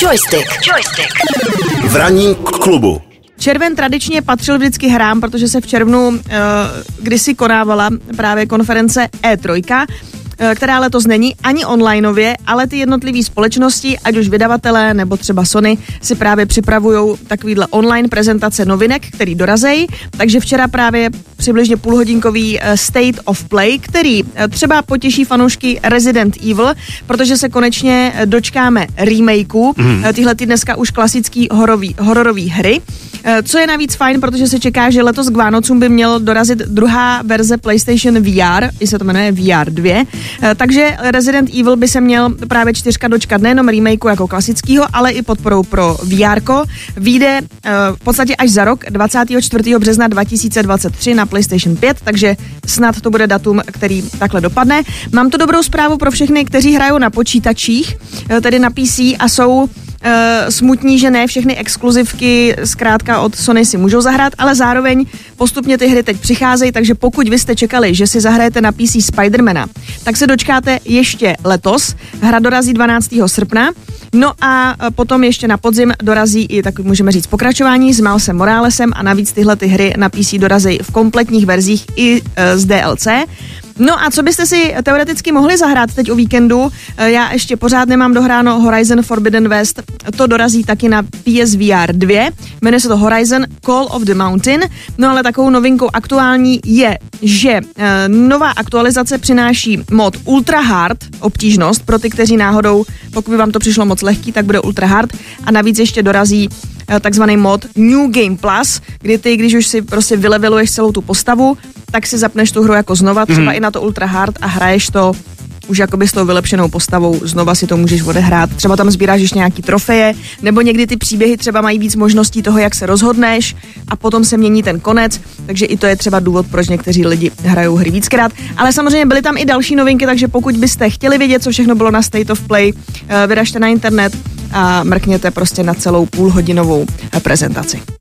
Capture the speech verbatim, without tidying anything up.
Joystick. Joystick. V ranním klubu. Červen tradičně patřil vždycky hrám, protože se v červnu uh, kdysi konávala právě konference E tři, která letos není ani onlineově, ale ty jednotlivé společnosti, ať už vydavatelé nebo třeba Sony, si právě připravují takovýhle online prezentace novinek, který dorazejí. Takže včera právě přibližně půlhodinkový State of Play, který třeba potěší fanoušky Resident Evil, protože se konečně dočkáme remakeu mm. tyhle ty dneska už klasický hororový, hororový hry. Co je navíc fajn, protože se čeká, že letos k Vánocům by měl dorazit druhá verze PlayStation V R, i se to jmenuje V R dva, takže Resident Evil by se měl právě čtyřka dočkat nejenom remakeu jako klasického, ale i podporou pro V R ko. Vyjde v podstatě až za rok, dvacátého čtvrtého března dva tisíce dvacet tři na PlayStation pět, takže snad to bude datum, který takhle dopadne. Mám tu dobrou zprávu pro všechny, kteří hrajou na počítačích, tedy na P C a jsou Uh, smutní, že ne všechny exkluzivky zkrátka od Sony si můžou zahrát, ale zároveň postupně ty hry teď přicházejí, takže pokud vy jste čekali, že si zahrajete na P C Spidermana, tak se dočkáte ještě letos. Hra dorazí dvanáctého srpna. No a potom ještě na podzim dorazí i, tak můžeme říct, pokračování s Milesem Moralesem a navíc tyhle ty hry na P C dorazí v kompletních verzích i uh, z D L C. No a co byste si teoreticky mohli zahrát teď o víkendu? Já ještě pořád nemám dohráno Horizon Forbidden West, to dorazí taky na P S V R dva, jmenuje se to Horizon Call of the Mountain, no ale takovou novinkou aktuální je, že e, nová aktualizace přináší mod Ultra Hard, obtížnost, pro ty, kteří náhodou, pokud by vám to přišlo moc lehký, tak bude Ultra Hard a navíc ještě dorazí e, takzvaný mod New Game Plus, kdy ty, když už si prostě vyleveluješ celou tu postavu, tak si zapneš tu hru jako znova, třeba mm. i na to Ultra Hard a hraješ to už jakoby s tou vylepšenou postavou, znova si to můžeš odehrát. Třeba tam sbíráš ještě nějaký trofeje, nebo někdy ty příběhy třeba mají víc možností toho, jak se rozhodneš a potom se mění ten konec, takže i to je třeba důvod, proč někteří lidi hrajou hry víckrát. Ale samozřejmě byly tam i další novinky, takže pokud byste chtěli vědět, co všechno bylo na State of Play, vyražte na internet a mrkněte prostě na celou půlhodinovou prezentaci.